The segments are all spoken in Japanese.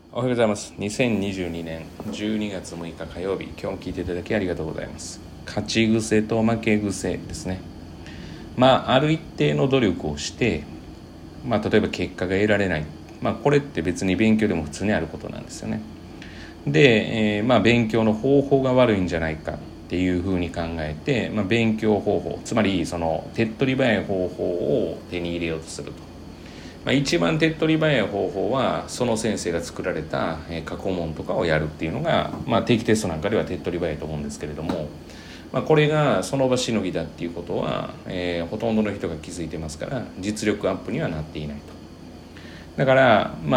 おはようございます。2022年12月6日火曜日、今日も聞いていただきありがとうございます。勝ち癖と負け癖ですね。ある一定の努力をして、例えば結果が得られない、これって別に勉強でも普通にあることなんですよね。で、勉強の方法が悪いんじゃないかっていうふうに考えて、勉強方法、つまりその手っ取り早い方法を手に入れようとすると。一番手っ取り早い方法はその先生が作られた過去問とかをやるっていうのが、定期テストなんかでは手っ取り早いと思うんですけれども、これがその場しのぎだっていうことは、ほとんどの人が気づいてますから実力アップにはなっていないと。だから、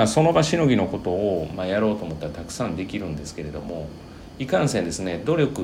その場しのぎのことを、やろうと思ったらたくさんできるんですけれども、いかんせんですね、努力って、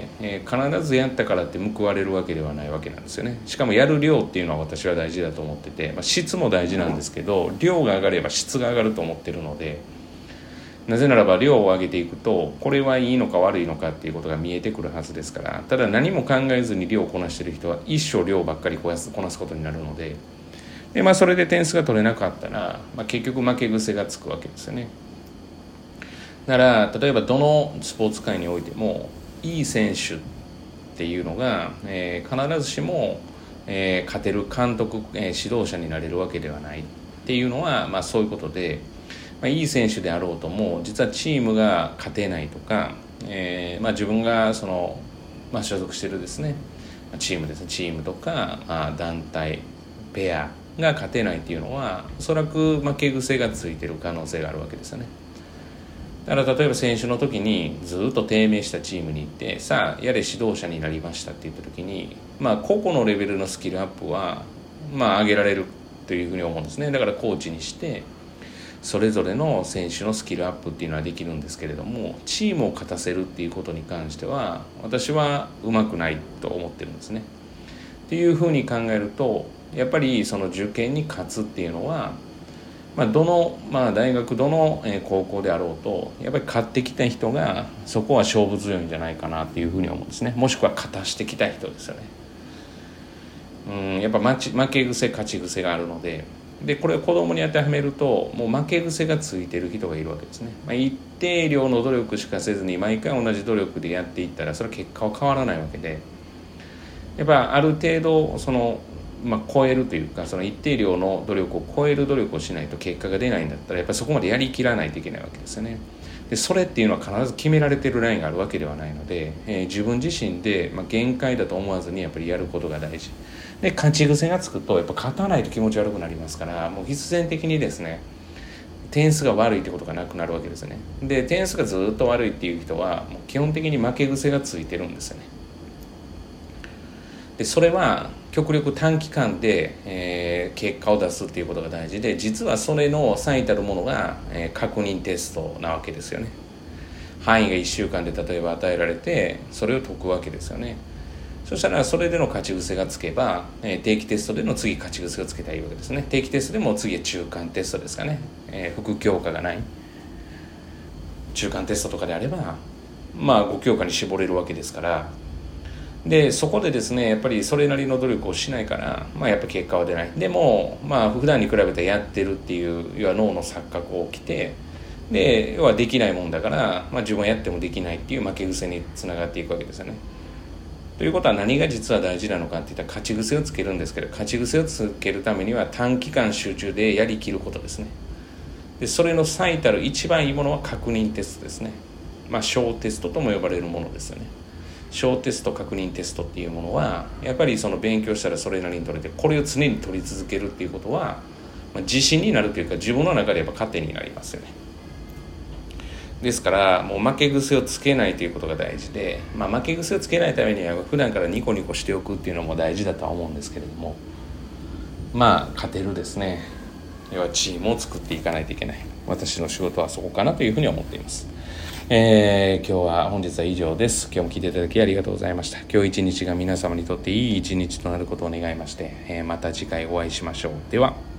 必ずやったからって報われるわけではないわけなんですよね。しかもやる量っていうのは私は大事だと思ってて、質も大事なんですけど、量が上がれば質が上がると思ってるので、なぜならば量を上げていくとこれはいいのか悪いのかっていうことが見えてくるはずですから。ただ何も考えずに量をこなしてる人は一生量ばっかりこなすことになるので、それで点数が取れなかったら、結局負け癖がつくわけですよね。だから例えばどのスポーツ界においてもいい選手っていうのが、必ずしも、勝てる監督、指導者になれるわけではないっていうのは、そういうことで、いい選手であろうとも実はチームが勝てないとか、自分がその、所属してるですねチームとか、団体ペアが勝てないっていうのはおそらく負け癖がついてる可能性があるわけですよね。だから例えば選手の時にずっと低迷したチームに行ってさあやれ指導者になりましたって言った時に、個々のレベルのスキルアップは上げられるというふうに思うんですね。だからコーチにしてそれぞれの選手のスキルアップっていうのはできるんですけれども、チームを勝たせるっていうことに関しては私はうまくないと思ってるんですね。っていうふうに考えると、やっぱりその受験に勝つっていうのはどの、大学どの高校であろうとやっぱり勝ってきた人がそこは勝負強いんじゃないかなっていうふうに思うんですね。もしくは勝たしてきた人ですよね。やっぱ負け癖勝ち癖があるので、これを子供に当てはめるともう負け癖がついてる人がいるわけですね。一定量の努力しかせずに毎回同じ努力でやっていったらそれは結果は変わらないわけで、やっぱある程度その超えるというか、その一定量の努力を超える努力をしないと結果が出ないんだったらやっぱりそこまでやりきらないといけないわけですよね。でそれっていうのは必ず決められているラインがあるわけではないので、自分自身で、限界だと思わずにやっぱりやることが大事で、勝ち癖がつくとやっぱ勝たないと気持ち悪くなりますから、もう必然的にですね点数が悪いってことがなくなるわけですね。で点数がずっと悪いっていう人はもう基本的に負け癖がついてるんですよね。でそれは極力短期間で、結果を出すっていうことが大事で、実はそれの最たるものが、確認テストなわけですよね。範囲が1週間で例えば与えられてそれを解くわけですよね。そしたらそれでの勝ち癖がつけば、定期テストでの次勝ち癖がつけたらいいわけですね。定期テストでも次は中間テストですかね、副教科がない中間テストとかであれば5教科に絞れるわけですから。でそこでですねやっぱりそれなりの努力をしないから、やっぱ結果は出ない。でも普段に比べてやってるっていう要は脳の錯覚を起きて、で要はできないもんだから、自分はやってもできないっていう負け癖につながっていくわけですよね。ということは何が実は大事なのかっていったら勝ち癖をつけるんですけど、勝ち癖をつけるためには短期間集中でやりきることですね。でそれの最たる一番いいものは確認テストですね。小テストとも呼ばれるものですよね。小テスト確認テストっていうものはやっぱりその勉強したらそれなりに取れて、これを常に取り続けるっていうことは、自信になるというか自分の中でやっぱ糧になりますよね。ですからもう負け癖をつけないということが大事で、負け癖をつけないためには普段からニコニコしておくっていうのも大事だとは思うんですけれども、勝てるですね要はチームを作っていかないといけない。私の仕事はそこかなというふうに思っています。本日は以上です。今日も聞いていただきありがとうございました。今日一日が皆様にとっていい一日となることを願いまして、また次回お会いしましょう。では。